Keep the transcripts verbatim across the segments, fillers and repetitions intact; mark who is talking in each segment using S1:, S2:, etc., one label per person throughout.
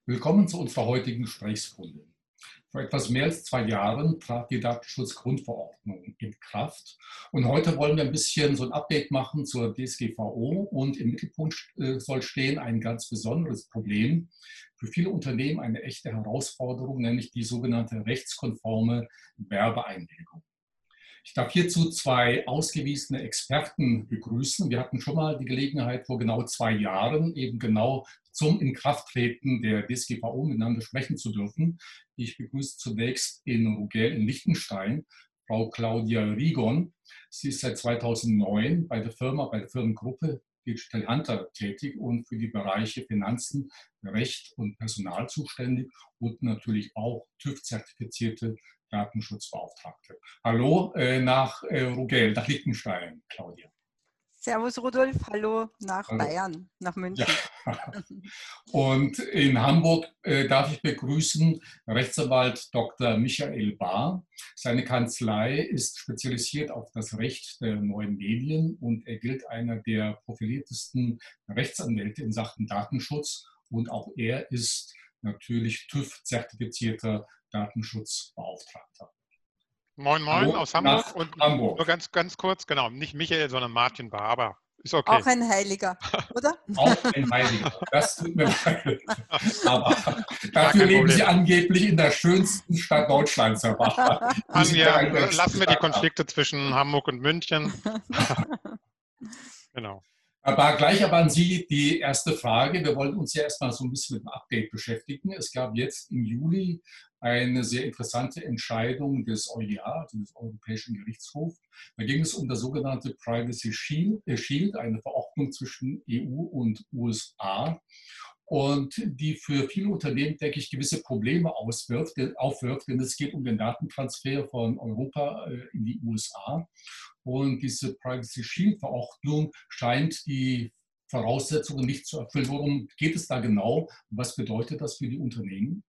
S1: Willkommen zu unserer heutigen Gesprächsrunde. Vor etwas mehr als zwei Jahren trat die Datenschutzgrundverordnung in Kraft. Und heute wollen wir ein bisschen so ein Update machen zur D S G V O. Und im Mittelpunkt äh, soll stehen ein ganz besonderes Problem, für viele Unternehmen eine echte Herausforderung, nämlich die sogenannte rechtskonforme Werbeeinwilligung. Ich darf hierzu zwei ausgewiesene Experten begrüßen. Wir hatten schon mal die Gelegenheit, vor genau zwei Jahren eben genau zum Inkrafttreten der D S G V O miteinander sprechen zu dürfen. Ich begrüße zunächst in Rugel in Liechtenstein Frau Claudia Rigon. Sie ist seit zweitausendneun bei der Firma, bei der Firmengruppe Digital Hunter tätig und für die Bereiche Finanzen, Recht und Personal zuständig und natürlich auch TÜV-zertifizierte Datenschutzbeauftragte. Hallo äh, nach äh, Rugel, nach Liechtenstein, Claudia.
S2: Servus Rudolf, hallo nach
S1: Hallo.
S2: Bayern, nach
S1: Ja.
S2: München.
S1: Und in Hamburg äh, darf ich begrüßen Rechtsanwalt Doktor Michael Bahr. Seine Kanzlei ist spezialisiert auf das Recht der neuen Medien und er gilt einer der profiliertesten Rechtsanwälte in Sachen Datenschutz. Und auch er ist natürlich TÜV-zertifizierter Datenschutzbeauftragter.
S3: Moin, moin
S1: Hallo
S3: aus Hamburg
S1: nach
S3: und
S1: Hamburg.
S3: nur ganz, ganz kurz, genau, nicht Michael, sondern Martin Bahr, aber ist okay.
S2: Auch ein Heiliger, oder?
S1: Auch ein Heiliger, das tut mir leid. Aber
S3: Gar
S1: dafür
S3: kein
S1: leben
S3: Problem.
S1: Sie angeblich in der schönsten Stadt Deutschlands, Herr Bach.
S3: An,
S1: Sie
S3: ja,
S1: der
S3: lassen wir die
S1: Stadt
S3: Konflikte zwischen Hamburg und München. Genau.
S1: Aber gleich aber an Sie die erste Frage. Wir wollen uns ja erstmal so ein bisschen mit dem Update beschäftigen. Es gab jetzt im Juli eine sehr interessante Entscheidung des E u G H, also des Europäischen Gerichtshofs. Da ging es um das sogenannte Privacy Shield, eine Verordnung zwischen E U und U S A. Und die für viele Unternehmen, denke ich, gewisse Probleme auswirft, aufwirft, denn es geht um den Datentransfer von Europa in die U S A. Und diese Privacy Shield-Verordnung scheint die Voraussetzungen nicht zu erfüllen. Worum geht es da genau? Was bedeutet das für die Unternehmen?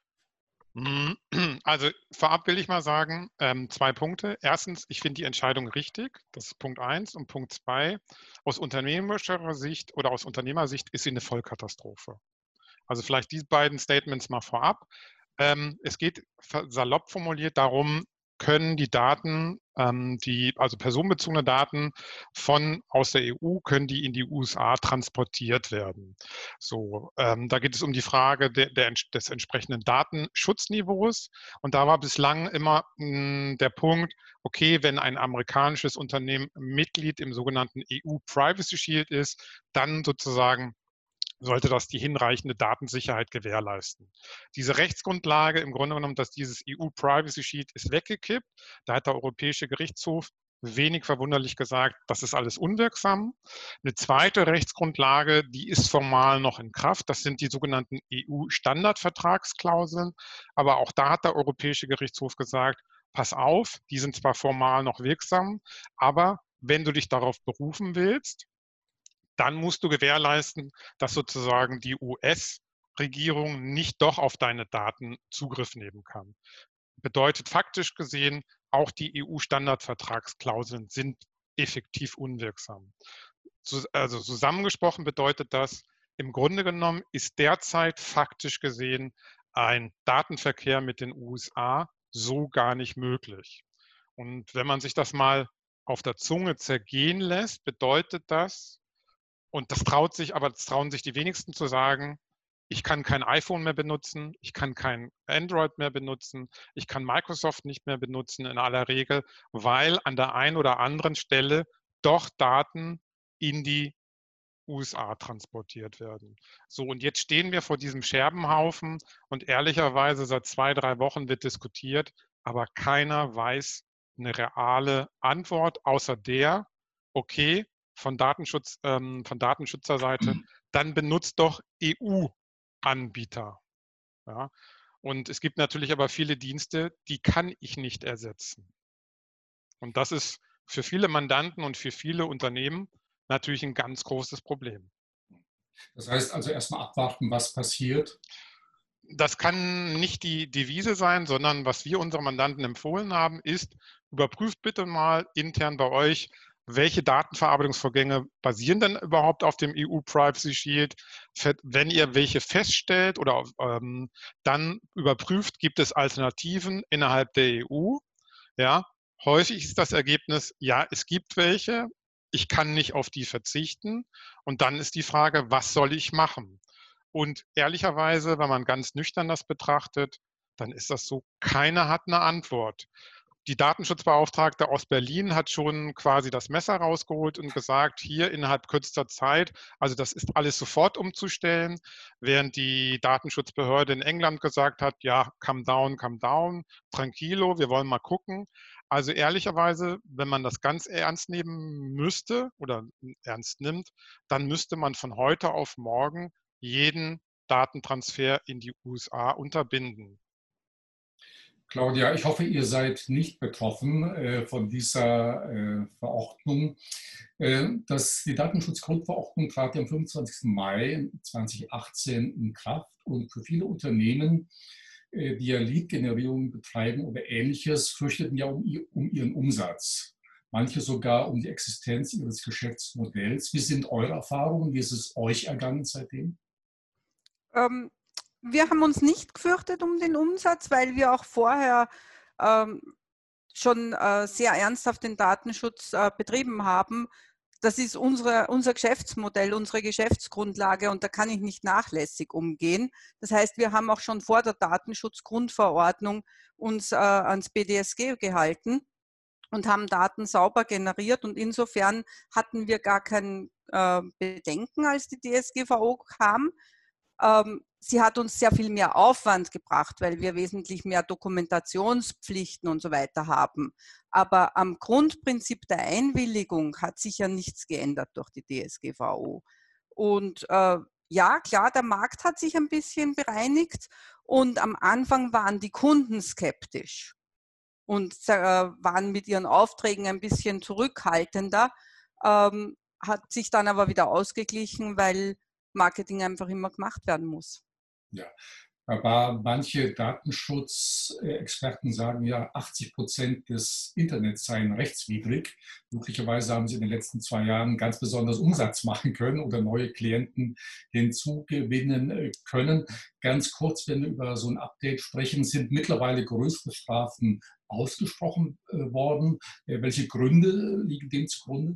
S3: Also vorab will ich mal sagen, ähm, zwei Punkte. Erstens, ich finde die Entscheidung richtig. Das ist Punkt eins. Und Punkt zwei, aus unternehmerischer Sicht oder aus Unternehmersicht ist sie eine Vollkatastrophe. Also vielleicht die beiden Statements mal vorab. Ähm, es geht salopp formuliert darum, können die Daten, ähm, die, also personenbezogene Daten von aus der E U, können die in die U S A transportiert werden. So, ähm, da geht es um die Frage der, der, des entsprechenden Datenschutzniveaus. Und da war bislang immer mh, der Punkt, okay, wenn ein amerikanisches Unternehmen Mitglied im sogenannten E U Privacy Shield ist, dann sozusagen sollte das die hinreichende Datensicherheit gewährleisten. Diese Rechtsgrundlage im Grunde genommen, dass dieses E U Privacy Shield ist weggekippt. Da hat der Europäische Gerichtshof wenig verwunderlich gesagt, das ist alles unwirksam. Eine zweite Rechtsgrundlage, die ist formal noch in Kraft. Das sind die sogenannten E U-Standardvertragsklauseln. Aber auch da hat der Europäische Gerichtshof gesagt, pass auf, die sind zwar formal noch wirksam, aber wenn du dich darauf berufen willst, dann musst du gewährleisten, dass sozusagen die U S-Regierung nicht doch auf deine Daten Zugriff nehmen kann. Bedeutet faktisch gesehen, auch die E U-Standardvertragsklauseln sind effektiv unwirksam. Also zusammengesprochen bedeutet das, im Grunde genommen ist derzeit faktisch gesehen ein Datenverkehr mit den U S A so gar nicht möglich. Und wenn man sich das mal auf der Zunge zergehen lässt, bedeutet das, und das traut sich, aber das trauen sich die wenigsten zu sagen, ich kann kein iPhone mehr benutzen, ich kann kein Android mehr benutzen, ich kann Microsoft nicht mehr benutzen in aller Regel, weil an der einen oder anderen Stelle doch Daten in die U S A transportiert werden. So, und jetzt stehen wir vor diesem Scherbenhaufen und ehrlicherweise seit zwei, drei Wochen wird diskutiert, aber keiner weiß eine reale Antwort, außer der, okay, von Datenschutz, ähm, von Datenschutzerseite, dann benutzt doch E U-Anbieter. Ja? Und es gibt natürlich aber viele Dienste, die kann ich nicht ersetzen. Und das ist für viele Mandanten und für viele Unternehmen natürlich ein ganz großes Problem.
S1: Das heißt also erstmal abwarten, was passiert.
S3: Das kann nicht die Devise sein, sondern was wir unseren Mandanten empfohlen haben, ist, überprüft bitte mal intern bei euch, welche Datenverarbeitungsvorgänge basieren denn überhaupt auf dem E U Privacy Shield? Wenn ihr welche feststellt oder ähm, dann überprüft, gibt es Alternativen innerhalb der E U? Ja, häufig ist das Ergebnis, ja, es gibt welche, ich kann nicht auf die verzichten. Und dann ist die Frage, was soll ich machen? Und ehrlicherweise, wenn man ganz nüchtern das betrachtet, dann ist das so, keiner hat eine Antwort. Die Datenschutzbeauftragte aus Berlin hat schon quasi das Messer rausgeholt und gesagt, hier innerhalb kürzester Zeit, also das ist alles sofort umzustellen, während die Datenschutzbehörde in England gesagt hat, ja, come down, come down, tranquilo, wir wollen mal gucken. Also ehrlicherweise, wenn man das ganz ernst nehmen müsste oder ernst nimmt, dann müsste man von heute auf morgen jeden Datentransfer in die U S A unterbinden.
S1: Claudia, ich hoffe, ihr seid nicht betroffen äh, von dieser äh, Verordnung. Äh, das, die Datenschutzgrundverordnung trat am fünfundzwanzigsten Mai zweitausendachtzehn in Kraft und für viele Unternehmen, äh, die ja Lead-Generierung betreiben oder Ähnliches, fürchteten ja um, um ihren Umsatz. Manche sogar um die Existenz ihres Geschäftsmodells. Wie sind eure Erfahrungen? Wie ist es euch ergangen seitdem?
S2: Ähm, wir haben uns nicht gefürchtet um den Umsatz, weil wir auch vorher ähm, schon äh, sehr ernsthaft den Datenschutz äh, betrieben haben. Das ist unsere, unser Geschäftsmodell, unsere Geschäftsgrundlage und da kann ich nicht nachlässig umgehen. Das heißt, wir haben auch schon vor der Datenschutzgrundverordnung uns äh, ans B D S G gehalten und haben Daten sauber generiert und insofern hatten wir gar kein äh, Bedenken, als die D S G V O kam. Ähm, sie hat uns sehr viel mehr Aufwand gebracht, weil wir wesentlich mehr Dokumentationspflichten und so weiter haben. Aber am Grundprinzip der Einwilligung hat sich ja nichts geändert durch die D S G V O. Und äh, ja, klar, der Markt hat sich ein bisschen bereinigt und am Anfang waren die Kunden skeptisch und äh, waren mit ihren Aufträgen ein bisschen zurückhaltender, ähm, hat sich dann aber wieder ausgeglichen, weil Marketing einfach immer gemacht werden muss.
S1: Ja, aber manche Datenschutzexperten sagen ja, achtzig Prozent des Internets seien rechtswidrig. Möglicherweise haben sie in den letzten zwei Jahren ganz besonders Umsatz machen können oder neue Klienten hinzugewinnen können. Ganz kurz, wenn wir über so ein Update sprechen, sind mittlerweile größere Strafen ausgesprochen worden. Welche Gründe liegen dem zugrunde?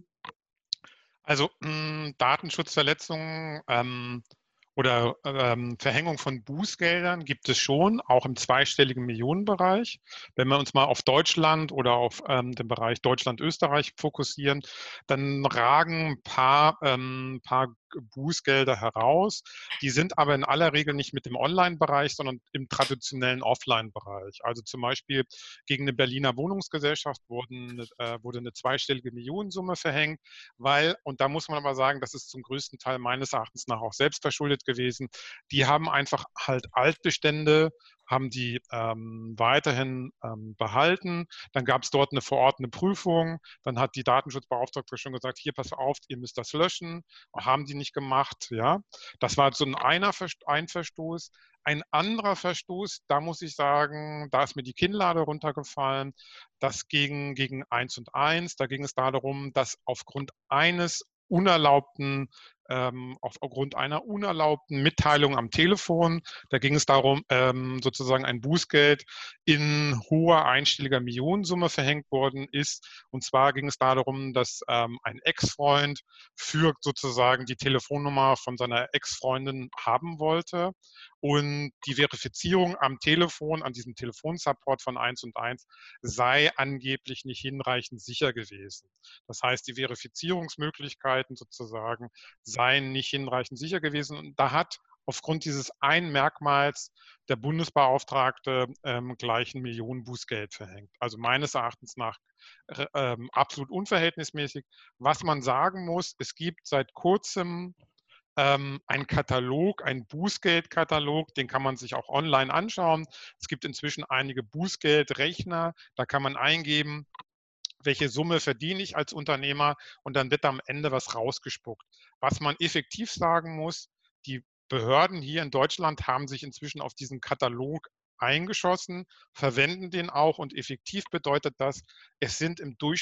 S3: Also mh, Datenschutzverletzungen ähm, oder ähm, Verhängung von Bußgeldern gibt es schon, auch im zweistelligen Millionenbereich. Wenn wir uns mal auf Deutschland oder auf ähm, den Bereich Deutschland-Österreich fokussieren, dann ragen ein paar, ähm, paar Bußgelder heraus. Die sind aber in aller Regel nicht mit dem Online-Bereich, sondern im traditionellen Offline-Bereich. Also zum Beispiel gegen eine Berliner Wohnungsgesellschaft wurden, äh, wurde eine zweistellige Millionensumme verhängt, weil, und da muss man aber sagen, das ist zum größten Teil meines Erachtens nach auch selbstverschuldet gewesen, die haben einfach halt Altbestände, haben die ähm, weiterhin ähm, behalten. Dann gab es dort eine verordnete Prüfung. Dann hat die Datenschutzbeauftragte schon gesagt, hier, pass auf, ihr müsst das löschen. Haben die nicht gemacht. Ja, das war so ein, einer, ein Verstoß. Ein anderer Verstoß, da muss ich sagen, da ist mir die Kinnlade runtergefallen. Das ging gegen eins und eins. Da ging es darum, dass aufgrund eines unerlaubten ähm, aufgrund einer unerlaubten Mitteilung am Telefon. Da ging es darum, ähm, sozusagen ein Bußgeld in hoher einstelliger Millionensumme verhängt worden ist. Und zwar ging es darum, dass ähm, ein Ex-Freund für sozusagen die Telefonnummer von seiner Ex-Freundin haben wollte. Und die Verifizierung am Telefon, an diesem Telefonsupport von eins und eins, sei angeblich nicht hinreichend sicher gewesen. Das heißt, die Verifizierungsmöglichkeiten sozusagen seien nicht hinreichend sicher gewesen. Und da hat aufgrund dieses einen Merkmals der Bundesbeauftragte ähm, gleich ein Millionenbußgeld verhängt. Also meines Erachtens nach ähm, absolut unverhältnismäßig. Was man sagen muss, es gibt seit kurzem ähm, einen Katalog, einen Bußgeldkatalog, den kann man sich auch online anschauen. Es gibt inzwischen einige Bußgeldrechner, da kann man eingeben, welche Summe verdiene ich als Unternehmer und dann wird am Ende was rausgespuckt. Was man effektiv sagen muss, die Behörden hier in Deutschland haben sich inzwischen auf diesen Katalog eingeschossen, verwenden den auch und effektiv bedeutet das, es sind im Durchschnitt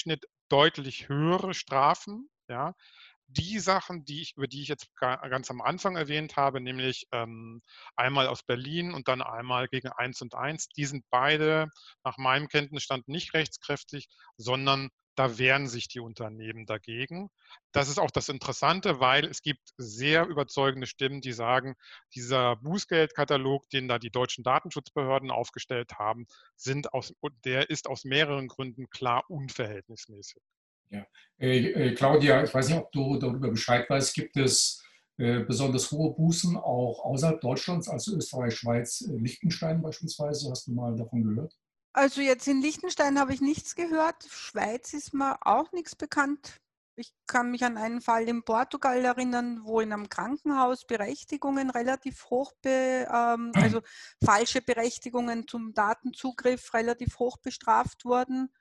S3: deutlich höhere Strafen. Ja. Die Sachen, die ich, über die ich jetzt ganz am Anfang erwähnt habe, nämlich ähm, einmal aus Berlin und dann einmal gegen eins und eins, die sind beide nach meinem Kenntnisstand nicht rechtskräftig, sondern da wehren sich die Unternehmen dagegen. Das ist auch das Interessante, weil es gibt sehr überzeugende Stimmen, die sagen, dieser Bußgeldkatalog, den da die deutschen Datenschutzbehörden aufgestellt haben, sind aus, der ist aus mehreren Gründen klar unverhältnismäßig.
S1: Ja. Äh, äh, Claudia, ich weiß nicht, ob du darüber Bescheid weißt, gibt es äh, besonders hohe Bußen auch außerhalb Deutschlands, also Österreich, Schweiz, äh, Liechtenstein beispielsweise? Hast du mal davon gehört?
S2: Also jetzt in Liechtenstein habe ich nichts gehört. Schweiz ist mir auch nichts bekannt. Ich kann mich an einen Fall in Portugal erinnern, wo in einem Krankenhaus Berechtigungen relativ hoch, be, ähm, also falsche Berechtigungen zum Datenzugriff relativ hoch bestraft wurden.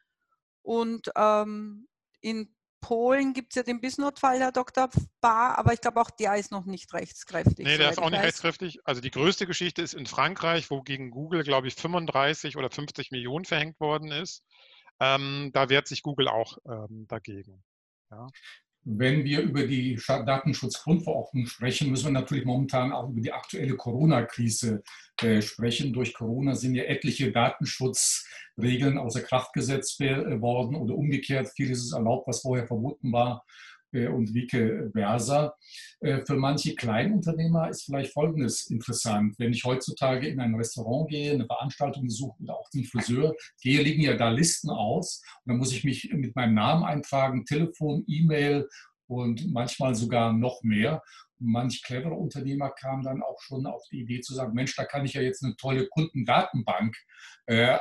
S2: Und ähm, in Polen gibt es ja den Bisnot-Fall, Herr Doktor Bahr, aber ich glaube, auch der ist noch nicht rechtskräftig.
S3: Nee, der ist auch nicht rechtskräftig. Also die größte Geschichte ist in Frankreich, wo gegen Google, glaube ich, fünfunddreißig oder fünfzig Millionen verhängt worden ist. Ähm, da wehrt sich Google auch ähm, dagegen. Ja.
S1: Wenn wir über die Datenschutzgrundverordnung sprechen, müssen wir natürlich momentan auch über die aktuelle Corona-Krise äh, sprechen. Durch Corona sind ja etliche Datenschutzregeln außer Kraft gesetzt worden oder umgekehrt. Vieles ist erlaubt, was vorher verboten war äh, und vice versa. Äh, für manche Kleinunternehmer ist vielleicht Folgendes interessant. Wenn ich heutzutage in ein Restaurant gehe, eine Veranstaltung besuche oder auch zum Friseur gehe, liegen ja da Listen aus. Und dann muss ich mich mit meinem Namen eintragen, Telefon, E-Mail und manchmal sogar noch mehr. Und manch clevere Unternehmer kamen dann auch schon auf die Idee zu sagen, Mensch, da kann ich ja jetzt eine tolle Kundendatenbank äh,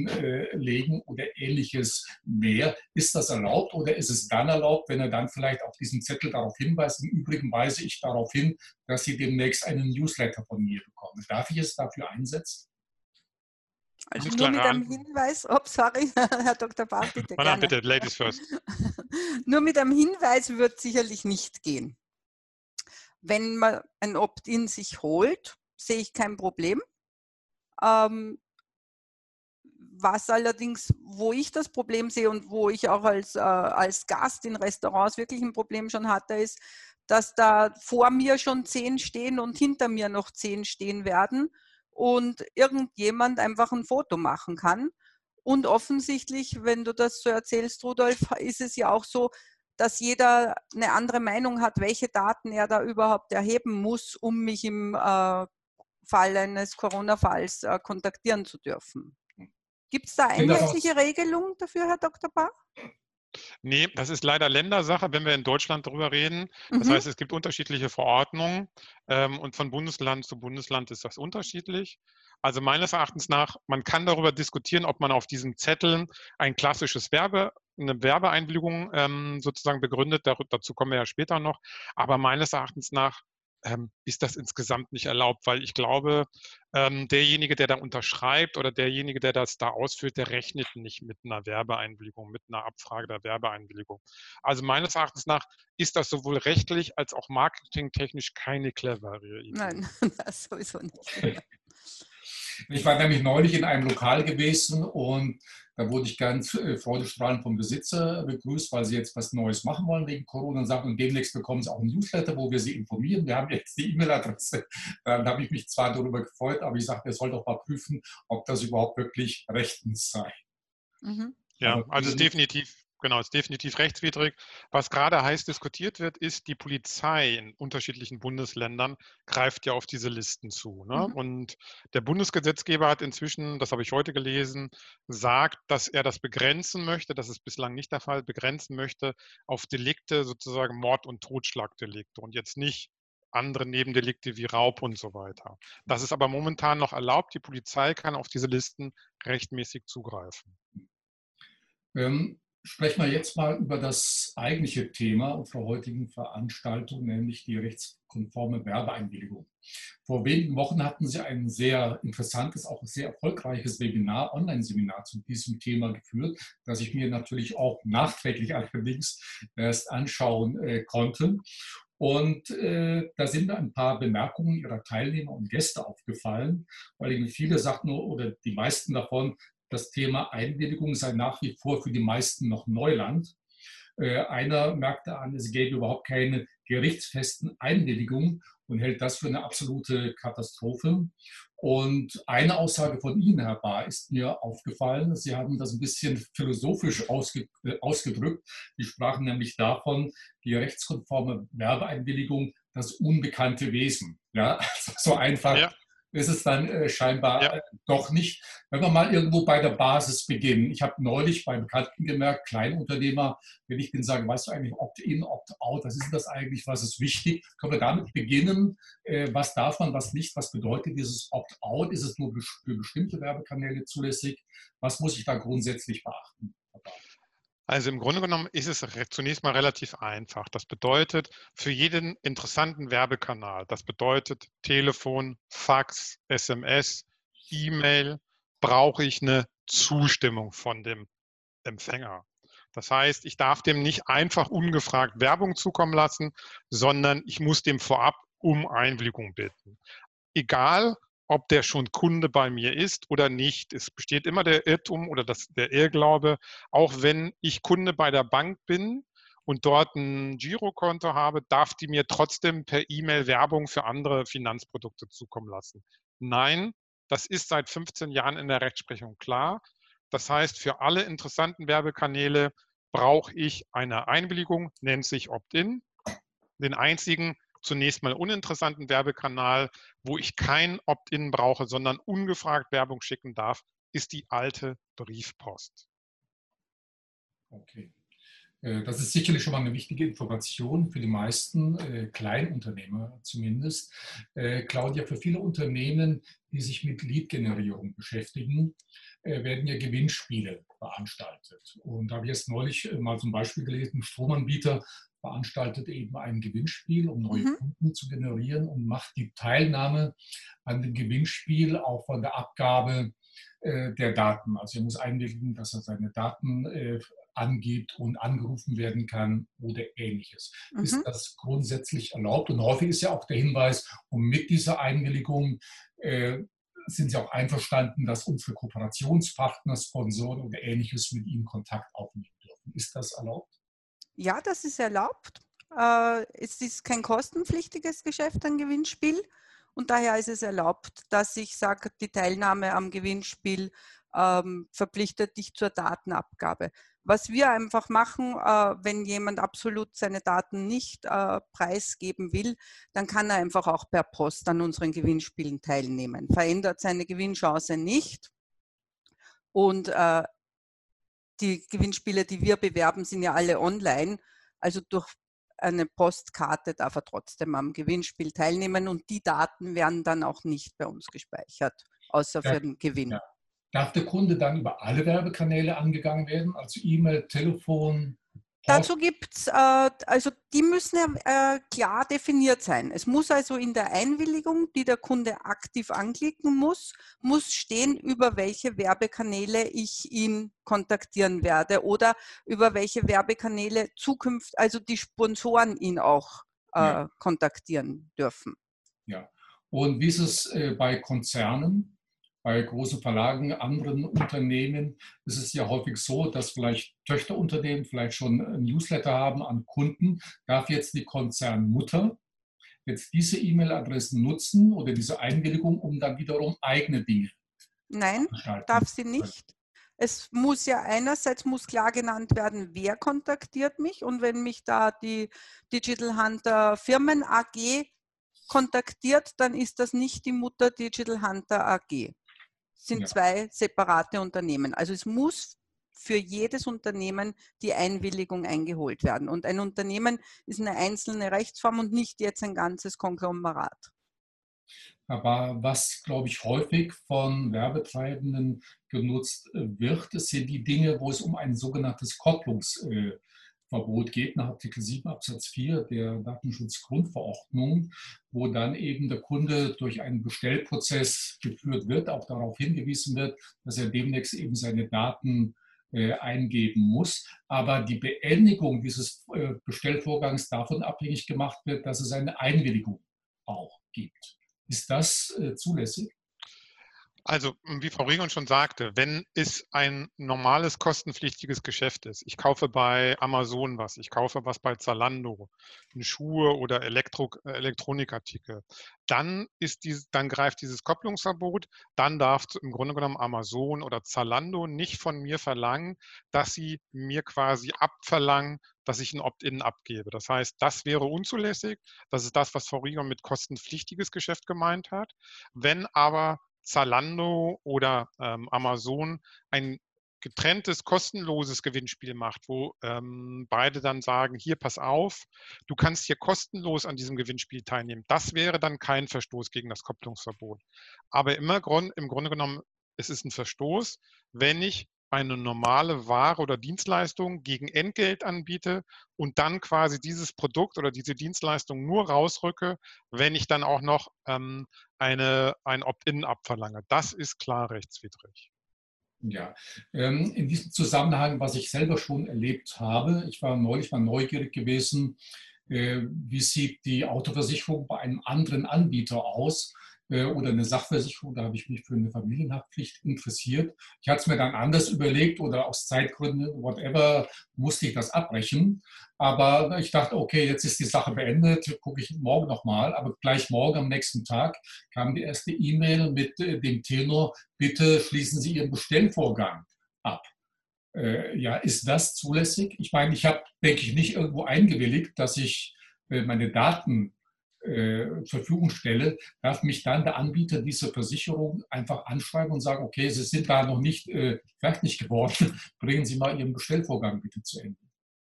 S1: anlegen oder ähnliches mehr. Ist das erlaubt oder ist es dann erlaubt, wenn er dann vielleicht auf diesen Zettel darauf hinweist? Im Übrigen weise ich darauf hin, dass Sie demnächst einen Newsletter von mir bekommen. Darf ich es dafür einsetzen?
S2: Also nur mit einem Hinweis, oh, sorry, Herr Doktor Bahr, bitte
S3: Madame,
S2: gerne.
S3: bitte, Ladies first.
S2: Nur mit einem Hinweis wird sicherlich nicht gehen. Wenn man ein Opt-in sich holt, sehe ich kein Problem. Ähm, was allerdings, wo ich das Problem sehe und wo ich auch als, äh, als Gast in Restaurants wirklich ein Problem schon hatte, ist, dass da vor mir schon zehn stehen und hinter mir noch zehn stehen werden und irgendjemand einfach ein Foto machen kann. Und offensichtlich, wenn du das so erzählst, Rudolf, ist es ja auch so, dass jeder eine andere Meinung hat, welche Daten er da überhaupt erheben muss, um mich im äh, Fall eines Corona-Falls äh, kontaktieren zu dürfen. Gibt es da einheitliche Regelung dafür, Herr Doktor Bahr?
S3: Nee, das ist leider Ländersache, wenn wir in Deutschland darüber reden. Das mhm. heißt, es gibt unterschiedliche Verordnungen ähm, und von Bundesland zu Bundesland ist das unterschiedlich. Also meines Erachtens nach, man kann darüber diskutieren, ob man auf diesen Zetteln ein klassisches Werbe, eine Werbeeinwilligung ähm, sozusagen begründet. Dar- dazu kommen wir ja später noch. Aber meines Erachtens nach ähm, ist das insgesamt nicht erlaubt, weil ich glaube, ähm, derjenige, der da unterschreibt oder derjenige, der das da ausführt, der rechnet nicht mit einer Werbeeinwilligung, mit einer Abfrage der Werbeeinwilligung. Also meines Erachtens nach ist das sowohl rechtlich als auch marketingtechnisch keine clevere Idee.
S2: Nein, das sowieso nicht.
S1: Ich war nämlich neulich in einem Lokal gewesen und da wurde ich ganz äh, freudestrahlend vom Besitzer begrüßt, weil sie jetzt was Neues machen wollen wegen Corona und sagt, und demnächst bekommen sie auch ein Newsletter, wo wir sie informieren. Wir haben jetzt die E-Mail-Adresse. Dann habe ich mich zwar darüber gefreut, aber ich sagte, er soll doch mal prüfen, ob das überhaupt wirklich rechtens sei.
S3: Mhm. Ja, also es ist definitiv, genau, es ist definitiv rechtswidrig. Was gerade heiß diskutiert wird, ist, die Polizei in unterschiedlichen Bundesländern greift ja auf diese Listen zu. Ne? Mhm. Und der Bundesgesetzgeber hat inzwischen, das habe ich heute gelesen, sagt, dass er das begrenzen möchte, das ist bislang nicht der Fall, begrenzen möchte auf Delikte, sozusagen Mord- und Totschlagdelikte und jetzt nicht andere Nebendelikte wie Raub und so weiter. Das ist aber momentan noch erlaubt. Die Polizei kann auf diese Listen rechtmäßig zugreifen.
S1: Ähm, sprechen wir jetzt mal über das eigentliche Thema unserer heutigen Veranstaltung, nämlich die rechtskonforme Werbeeinwilligung. Vor wenigen Wochen hatten Sie ein sehr interessantes, auch sehr erfolgreiches Webinar, Online-Seminar zu diesem Thema geführt, das ich mir natürlich auch nachträglich allerdings erst anschauen äh, konnte. Und äh, da sind mir ein paar Bemerkungen Ihrer Teilnehmer und Gäste aufgefallen, weil viele sagten, oder die meisten davon, das Thema Einwilligung sei nach wie vor für die meisten noch Neuland. Äh, einer merkte an, es gäbe überhaupt keine gerichtsfesten Einwilligungen und hält das für eine absolute Katastrophe. Und eine Aussage von Ihnen, Herr Bahr, ist mir aufgefallen. Sie haben das ein bisschen philosophisch ausge, äh, ausgedrückt. Sie sprachen nämlich davon, die rechtskonforme Werbeeinwilligung, das unbekannte Wesen. Ja, also so einfach
S3: Ja,
S1: ist es dann äh, scheinbar
S3: ja.
S1: äh, doch nicht. Wenn wir mal irgendwo bei der Basis beginnen. Ich habe neulich bei Bekannten gemerkt, Kleinunternehmer, wenn ich denen sage, weißt du eigentlich Opt-in, Opt-out, was ist denn das eigentlich, was ist wichtig? Können wir damit beginnen? Äh, was darf man, was nicht? Was bedeutet dieses Opt-out? Ist es nur für bestimmte Werbekanäle zulässig? Was muss ich da grundsätzlich beachten?
S3: Also im Grunde genommen ist es zunächst mal relativ einfach. Das bedeutet, für jeden interessanten Werbekanal, das bedeutet Telefon, Fax, S M S, E-Mail, brauche ich eine Zustimmung von dem Empfänger. Das heißt, ich darf dem nicht einfach ungefragt Werbung zukommen lassen, sondern ich muss dem vorab um Einwilligung bitten. Egal, ob der schon Kunde bei mir ist oder nicht. Es besteht immer der Irrtum oder das, der Irrglaube, auch wenn ich Kunde bei der Bank bin und dort ein Girokonto habe, darf die mir trotzdem per E-Mail Werbung für andere Finanzprodukte zukommen lassen. Nein, das ist seit fünfzehn Jahren in der Rechtsprechung klar. Das heißt, für alle interessanten Werbekanäle brauche ich eine Einwilligung, nennt sich Opt-in. Den einzigen zunächst mal uninteressanten Werbekanal, wo ich kein Opt-in brauche, sondern ungefragt Werbung schicken darf, ist die alte Briefpost.
S1: Okay. Das ist sicherlich schon mal eine wichtige Information für die meisten äh, Kleinunternehmer zumindest. Äh, Claudia, für viele Unternehmen, die sich mit Lead-Generierung beschäftigen, äh, werden ja Gewinnspiele veranstaltet. Und da habe ich jetzt neulich mal zum Beispiel gelesen, ein Stromanbieter veranstaltet eben ein Gewinnspiel, um neue
S2: Mhm.
S1: Kunden zu generieren und macht die Teilnahme an dem Gewinnspiel auch von der Abgabe äh, der Daten. Also er muss einwilligen, dass er seine Daten äh, angibt und angerufen werden kann oder Ähnliches.
S2: Mhm.
S1: Ist das grundsätzlich erlaubt? Und häufig ist ja auch der Hinweis, und mit dieser Einwilligung äh, sind Sie auch einverstanden, dass unsere Kooperationspartner, Sponsoren oder Ähnliches mit Ihnen Kontakt aufnehmen dürfen. Ist das erlaubt?
S2: Ja, das ist erlaubt. Äh, es ist kein kostenpflichtiges Geschäft, ein Gewinnspiel. Und daher ist es erlaubt, dass ich sage, die Teilnahme am Gewinnspiel ähm, verpflichtet dich zur Datenabgabe. Was wir einfach machen, äh, wenn jemand absolut seine Daten nicht äh, preisgeben will, dann kann er einfach auch per Post an unseren Gewinnspielen teilnehmen. Verändert seine Gewinnchance nicht. Und äh, die Gewinnspiele, die wir bewerben, sind ja alle online. Also durch eine Postkarte darf er trotzdem am Gewinnspiel teilnehmen und die Daten werden dann auch nicht bei uns gespeichert, außer
S1: Ja,
S2: für den Gewinn.
S1: ja. Darf der Kunde dann über alle Werbekanäle angegangen werden, also E-Mail, Telefon, Post?
S2: Dazu gibt es, äh, also die müssen ja äh, klar definiert sein. Es muss also in der Einwilligung, die der Kunde aktiv anklicken muss, muss stehen, über welche Werbekanäle ich ihn kontaktieren werde oder über welche Werbekanäle zukünftig, also die Sponsoren ihn auch äh,
S1: Ja,
S2: kontaktieren dürfen.
S1: ja. Und wie ist es äh, bei Konzernen? Bei großen Verlagen, anderen Unternehmen ist es ja häufig so, dass vielleicht Töchterunternehmen vielleicht schon ein Newsletter haben an Kunden. Darf jetzt die Konzernmutter jetzt diese E-Mail-Adressen nutzen oder diese Einwilligung, um dann wiederum eigene Dinge
S2: Nein,
S1: veranstalten
S2: darf
S1: zu
S2: sie
S1: können?
S2: nicht. Es muss ja einerseits muss klar genannt werden, wer kontaktiert mich und wenn mich da die Digital Hunter Firmen A G kontaktiert, dann ist das nicht die Mutter Digital Hunter A G. Es sind
S1: Ja.
S2: zwei separate Unternehmen. Also es muss für jedes Unternehmen die Einwilligung eingeholt werden. Und ein Unternehmen ist eine einzelne Rechtsform und nicht jetzt ein ganzes Konglomerat.
S1: Aber was, glaube ich, häufig von Werbetreibenden genutzt wird, sind die Dinge, wo es um ein sogenanntes Kopplungsverbot geht, nach Artikel sieben Absatz vier der Datenschutzgrundverordnung, wo dann eben der Kunde durch einen Bestellprozess geführt wird, auch darauf hingewiesen wird, dass er demnächst eben seine Daten äh, eingeben muss. Aber die Beendigung dieses äh, Bestellvorgangs davon abhängig gemacht wird, dass es eine Einwilligung auch gibt. Ist das äh, zulässig?
S3: Also, wie Frau Regon schon sagte, wenn es ein normales kostenpflichtiges Geschäft ist, ich kaufe bei Amazon was, ich kaufe was bei Zalando, Schuhe oder Elektro, äh, Elektronikartikel, dann ist dies, dann greift dieses Kopplungsverbot, dann darf im Grunde genommen Amazon oder Zalando nicht von mir verlangen, dass sie mir quasi abverlangen, dass ich ein Opt-in abgebe. Das heißt, das wäre unzulässig. Das ist das, was Frau Regon mit kostenpflichtiges Geschäft gemeint hat. Wenn aber Zalando oder ähm, Amazon ein getrenntes, kostenloses Gewinnspiel macht, wo ähm, beide dann sagen, hier, pass auf, du kannst hier kostenlos an diesem Gewinnspiel teilnehmen. Das wäre dann kein Verstoß gegen das Kopplungsverbot. Aber immer Grund, im Grunde genommen, es ist ein Verstoß, wenn ich eine normale Ware oder Dienstleistung gegen Entgelt anbiete und dann quasi dieses Produkt oder diese Dienstleistung nur rausrücke, wenn ich dann auch noch ähm, eine, ein Opt-in abverlange. Das ist klar rechtswidrig.
S1: Ja, ähm, in diesem Zusammenhang, was ich selber schon erlebt habe, ich war neulich mal neugierig gewesen, äh, wie sieht die Autoversicherung bei einem anderen Anbieter aus äh, oder eine Sachversicherung, da habe ich mich für eine Familienhaftpflicht interessiert. Ich hatte es mir dann anders überlegt oder aus Zeitgründen, whatever, musste ich das abbrechen. Aber ich dachte, okay, jetzt ist die Sache beendet, gucke ich morgen nochmal. Aber gleich morgen am nächsten Tag kam die erste E-Mail mit äh, dem Tenor, bitte schließen Sie Ihren Bestellvorgang ab. Äh, ja, ist das zulässig? Ich meine, ich habe, denke ich, nicht irgendwo eingewilligt, dass ich äh, meine Daten äh, zur Verfügung stelle. Darf mich dann der Anbieter dieser Versicherung einfach anschreiben und sagen, okay, Sie sind da noch nicht äh, fertig geworden, bringen Sie mal Ihren Bestellvorgang bitte zu Ende.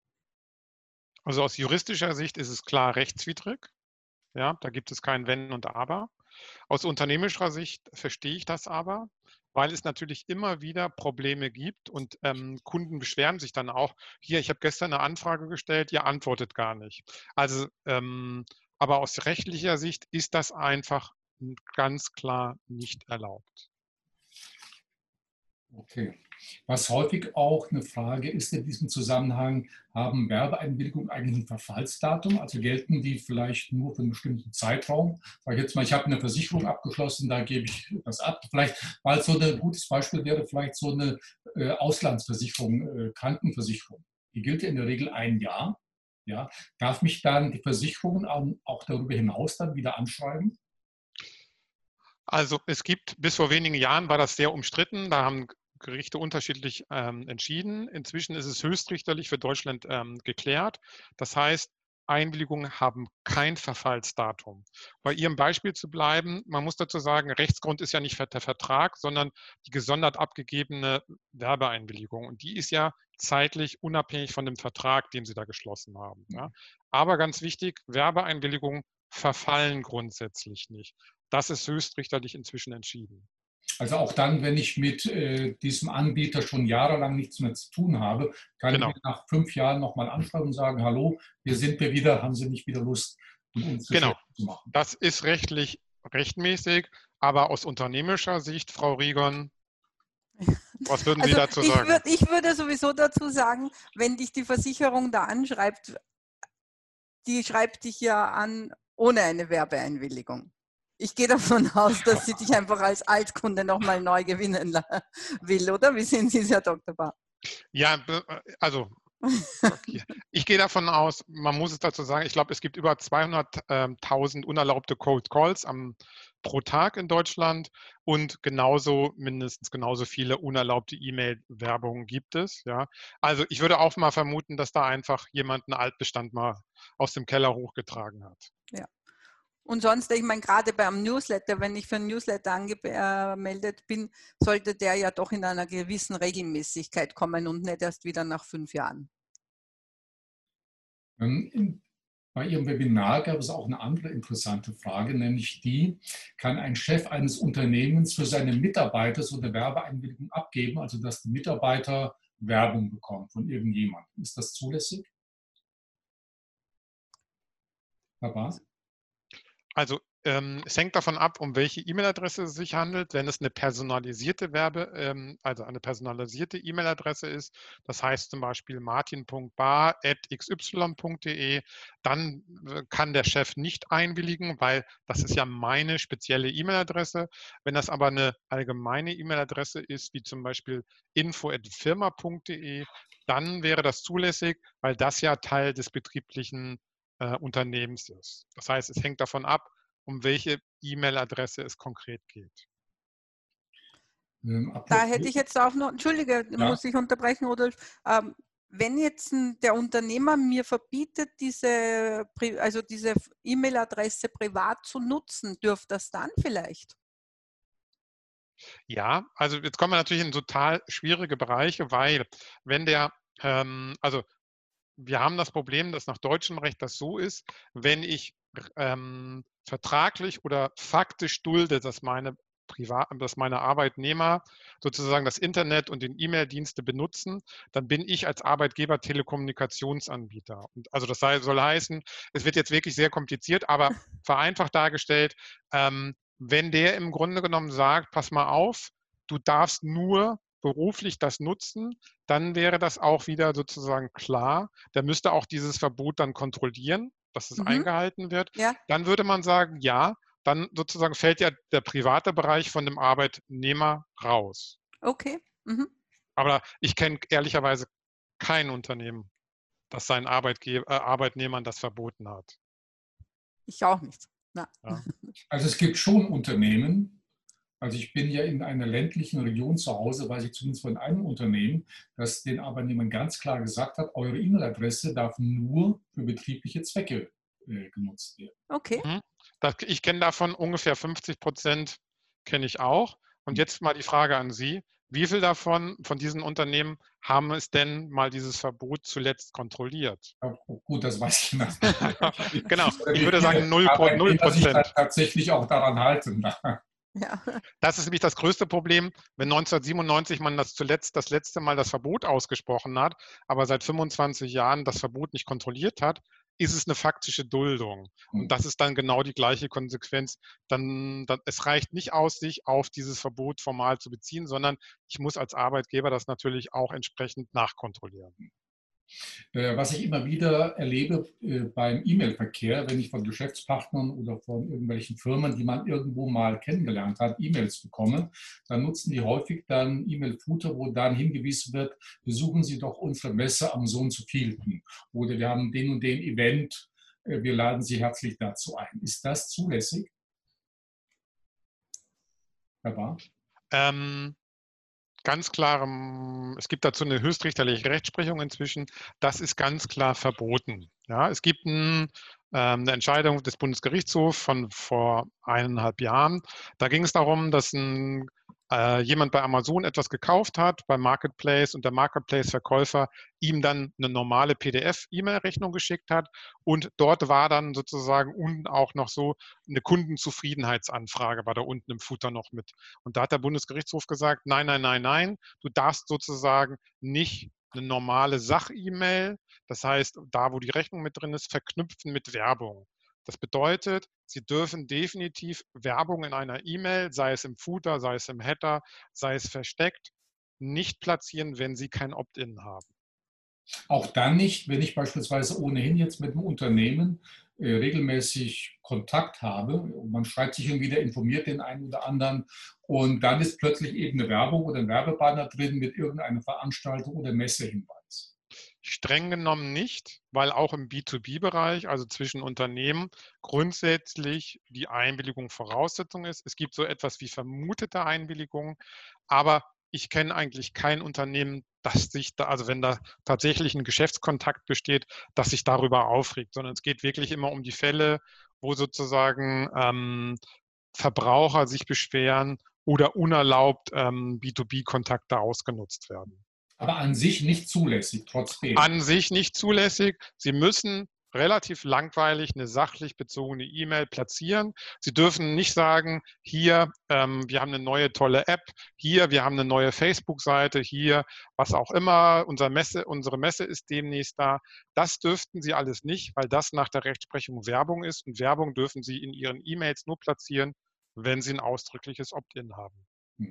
S3: Also aus juristischer Sicht ist es klar rechtswidrig. Ja, da gibt es kein Wenn und Aber. Aus unternehmerischer Sicht verstehe ich das aber, weil es natürlich immer wieder Probleme gibt und ähm, Kunden beschweren sich dann auch, hier, ich habe gestern eine Anfrage gestellt, ihr antwortet gar nicht. Also, ähm, aber aus rechtlicher Sicht ist das einfach ganz klar nicht erlaubt.
S1: Okay. Was häufig auch eine Frage ist in diesem Zusammenhang, haben Werbeeinwilligungen eigentlich ein Verfallsdatum? Also gelten die vielleicht nur für einen bestimmten Zeitraum? Sag ich jetzt mal, ich habe eine Versicherung abgeschlossen, da gebe ich das ab. Vielleicht, weil so ein gutes Beispiel wäre vielleicht so eine äh, Auslandsversicherung, äh, Krankenversicherung. Die gilt ja in der Regel ein Jahr. Ja. Darf mich dann die Versicherung auch darüber hinaus dann wieder anschreiben?
S3: Also es gibt, bis vor wenigen Jahren war das sehr umstritten. Da haben Gerichte unterschiedlich ähm, entschieden. Inzwischen ist es höchstrichterlich für Deutschland ähm, geklärt. Das heißt, Einwilligungen haben kein Verfallsdatum. Bei Ihrem Beispiel zu bleiben, man muss dazu sagen, Rechtsgrund ist ja nicht der Vertrag, sondern die gesondert abgegebene Werbeeinwilligung. Und die ist ja zeitlich unabhängig von dem Vertrag, den Sie da geschlossen haben. Ja. Aber ganz wichtig, Werbeeinwilligungen verfallen grundsätzlich nicht. Das ist höchstrichterlich inzwischen entschieden.
S1: Also auch dann, wenn ich mit äh, diesem Anbieter schon jahrelang nichts mehr zu tun habe, kann
S3: Genau.
S1: ich mich nach fünf Jahren nochmal anschreiben und sagen, hallo, hier sind wir wieder, haben Sie nicht wieder Lust, mit uns
S3: Genau.
S1: zu machen?
S3: Das ist rechtlich rechtmäßig, aber aus unternehmerischer Sicht, Frau Regon, was würden Sie
S2: also
S3: dazu
S2: ich
S3: sagen?
S2: Würd, ich würde sowieso dazu sagen, wenn dich die Versicherung da anschreibt, die schreibt dich ja an ohne eine Werbeeinwilligung. Ich gehe davon aus, dass sie dich einfach als Altkunde nochmal neu gewinnen will, oder? Wie sehen Sie es, Herr Doktor Bahr?
S3: Ja, also okay. Ich gehe davon aus, man muss es dazu sagen, ich glaube, es gibt über zweihunderttausend unerlaubte Cold Calls am, pro Tag in Deutschland und genauso, mindestens genauso viele unerlaubte E-Mail-Werbungen gibt es. Ja. Also ich würde auch mal vermuten, dass da einfach jemand einen Altbestand mal aus dem Keller hochgetragen hat.
S2: Ja. Und sonst, ich meine, gerade beim Newsletter, wenn ich für einen Newsletter angemeldet bin, sollte der ja doch in einer gewissen Regelmäßigkeit kommen und nicht erst wieder nach fünf Jahren.
S1: Bei Ihrem Webinar gab es auch eine andere interessante Frage, nämlich die, kann ein Chef eines Unternehmens für seine Mitarbeiter so eine Werbeeinwilligung abgeben, also dass die Mitarbeiter Werbung bekommen von irgendjemandem? Ist das zulässig? Herr Bahr?
S3: Also Ähm, es hängt davon ab, um welche E-Mail-Adresse es sich handelt. Wenn es eine personalisierte Werbe, ähm, also eine personalisierte E-Mail-Adresse ist, das heißt zum Beispiel martin punkt bar at x y punkt de, dann äh, kann der Chef nicht einwilligen, weil das ist ja meine spezielle E-Mail-Adresse. Wenn das aber eine allgemeine E-Mail-Adresse ist, wie zum Beispiel info at firma punkt de, dann wäre das zulässig, weil das ja Teil des betrieblichen äh, Unternehmens ist. Das heißt, es hängt davon ab, um welche E-Mail-Adresse es konkret geht.
S1: Ähm,
S2: Da hätte ich jetzt auch noch, Entschuldige,
S1: Ja.
S2: muss ich unterbrechen, Rudolf. Ähm, wenn jetzt ein, der Unternehmer mir verbietet, diese, also diese E-Mail-Adresse privat zu nutzen, dürfte das dann vielleicht?
S3: Ja, also jetzt kommen wir natürlich in total schwierige Bereiche, weil wenn der, ähm, also wir haben das Problem, dass nach deutschem Recht das so ist, wenn ich ähm, vertraglich oder faktisch dulde, dass meine Privat, dass meine Arbeitnehmer sozusagen das Internet und den E-Mail-Dienste benutzen, dann bin ich als Arbeitgeber Telekommunikationsanbieter. Und also das soll heißen, es wird jetzt wirklich sehr kompliziert, aber vereinfacht dargestellt, ähm, wenn der im Grunde genommen sagt, pass mal auf, du darfst nur beruflich das nutzen, dann wäre das auch wieder sozusagen klar. Der müsste auch dieses Verbot dann kontrollieren, dass es
S2: Mhm.
S3: eingehalten wird.
S2: Ja.
S3: Dann würde man sagen, ja, dann sozusagen fällt ja der private Bereich von dem Arbeitnehmer raus.
S2: Okay. Mhm.
S3: Aber ich kenne ehrlicherweise kein Unternehmen, das seinen Arbeitgeber, äh, Arbeitnehmern das verboten hat.
S2: Ich auch nicht. Na.
S3: Ja.
S1: Also es gibt schon Unternehmen, also ich bin ja in einer ländlichen Region zu Hause, weiß ich zumindest von einem Unternehmen, das den Arbeitnehmern ganz klar gesagt hat, eure E-Mail-Adresse darf nur für betriebliche Zwecke äh, genutzt werden.
S2: Okay.
S3: Mhm. Das, ich kenne davon ungefähr fünfzig Prozent, kenne ich auch. Und jetzt mal die Frage an Sie. Wie viel davon, von diesen Unternehmen, haben es denn mal dieses Verbot zuletzt kontrolliert?
S1: Ja, gut, das weiß ich nicht.
S3: Genau, ich
S1: Wie
S3: würde sagen
S1: viele
S3: null
S1: Arbeitnehmer sich
S3: Prozent.
S1: tatsächlich auch daran halten.
S2: Ja.
S3: Das ist nämlich das größte Problem, wenn neunzehnhundertsiebenundneunzig man das zuletzt das letzte Mal das Verbot ausgesprochen hat, aber seit fünfundzwanzig Jahren das Verbot nicht kontrolliert hat, ist es eine faktische Duldung. Und das ist dann genau die gleiche Konsequenz. Dann, dann, es reicht nicht aus, sich auf dieses Verbot formal zu beziehen, sondern ich muss als Arbeitgeber das natürlich auch entsprechend nachkontrollieren.
S1: Was ich immer wieder erlebe beim E-Mail-Verkehr, wenn ich von Geschäftspartnern oder von irgendwelchen Firmen, die man irgendwo mal kennengelernt hat, E-Mails bekomme, dann nutzen die häufig dann E-Mail-Footer, wo dann hingewiesen wird, besuchen Sie doch unsere Messe am so und so vielten. Oder wir haben den und den Event, wir laden Sie herzlich dazu ein. Ist das zulässig? Herr Bahr? Ähm,
S3: Ganz klar, es gibt dazu eine höchstrichterliche Rechtsprechung inzwischen, das ist ganz klar verboten. Ja, es gibt ein, ähm, eine Entscheidung des Bundesgerichtshofs von vor eineinhalb Jahren. Da ging es darum, dass ein, äh, jemand bei Amazon etwas gekauft hat, beim Marketplace, und der Marketplace-Verkäufer ihm dann eine normale P D F-E-Mail-Rechnung geschickt hat. Und dort war dann sozusagen unten auch noch so eine Kundenzufriedenheitsanfrage, war da unten im Footer noch mit. Und da hat der Bundesgerichtshof gesagt, nein, nein, nein, nein, du darfst sozusagen nicht eine normale Sach-E-Mail, das heißt, da, wo die Rechnung mit drin ist, verknüpfen mit Werbung. Das bedeutet, Sie dürfen definitiv Werbung in einer E-Mail, sei es im Footer, sei es im Header, sei es versteckt, nicht platzieren, wenn Sie kein Opt-in haben.
S1: Auch dann nicht, wenn ich beispielsweise ohnehin jetzt mit einem Unternehmen äh, regelmäßig Kontakt habe und man schreibt sich irgendwie, der informiert den einen oder anderen und dann ist plötzlich eben eine Werbung oder ein Werbebanner drin mit irgendeiner Veranstaltung oder Messehinweis.
S3: Streng genommen nicht, weil auch im B zwei B-Bereich, also zwischen Unternehmen, grundsätzlich die Einwilligung Voraussetzung ist. Es gibt so etwas wie vermutete Einwilligung, aber ich kenne eigentlich kein Unternehmen, das sich da, also wenn da tatsächlich ein Geschäftskontakt besteht, das sich darüber aufregt, sondern es geht wirklich immer um die Fälle, wo sozusagen ähm, Verbraucher sich beschweren oder unerlaubt ähm, B zwei B-Kontakte ausgenutzt werden.
S1: Aber an sich nicht zulässig, trotzdem.
S3: An sich nicht zulässig. Sie müssen relativ langweilig eine sachlich bezogene E-Mail platzieren. Sie dürfen nicht sagen, hier, ähm, wir haben eine neue tolle App, hier, wir haben eine neue Facebook-Seite, hier, was auch immer, unsere Messe, unsere Messe ist demnächst da. Das dürften Sie alles nicht, weil das nach der Rechtsprechung Werbung ist und Werbung dürfen Sie in Ihren E-Mails nur platzieren, wenn Sie ein ausdrückliches Opt-in haben.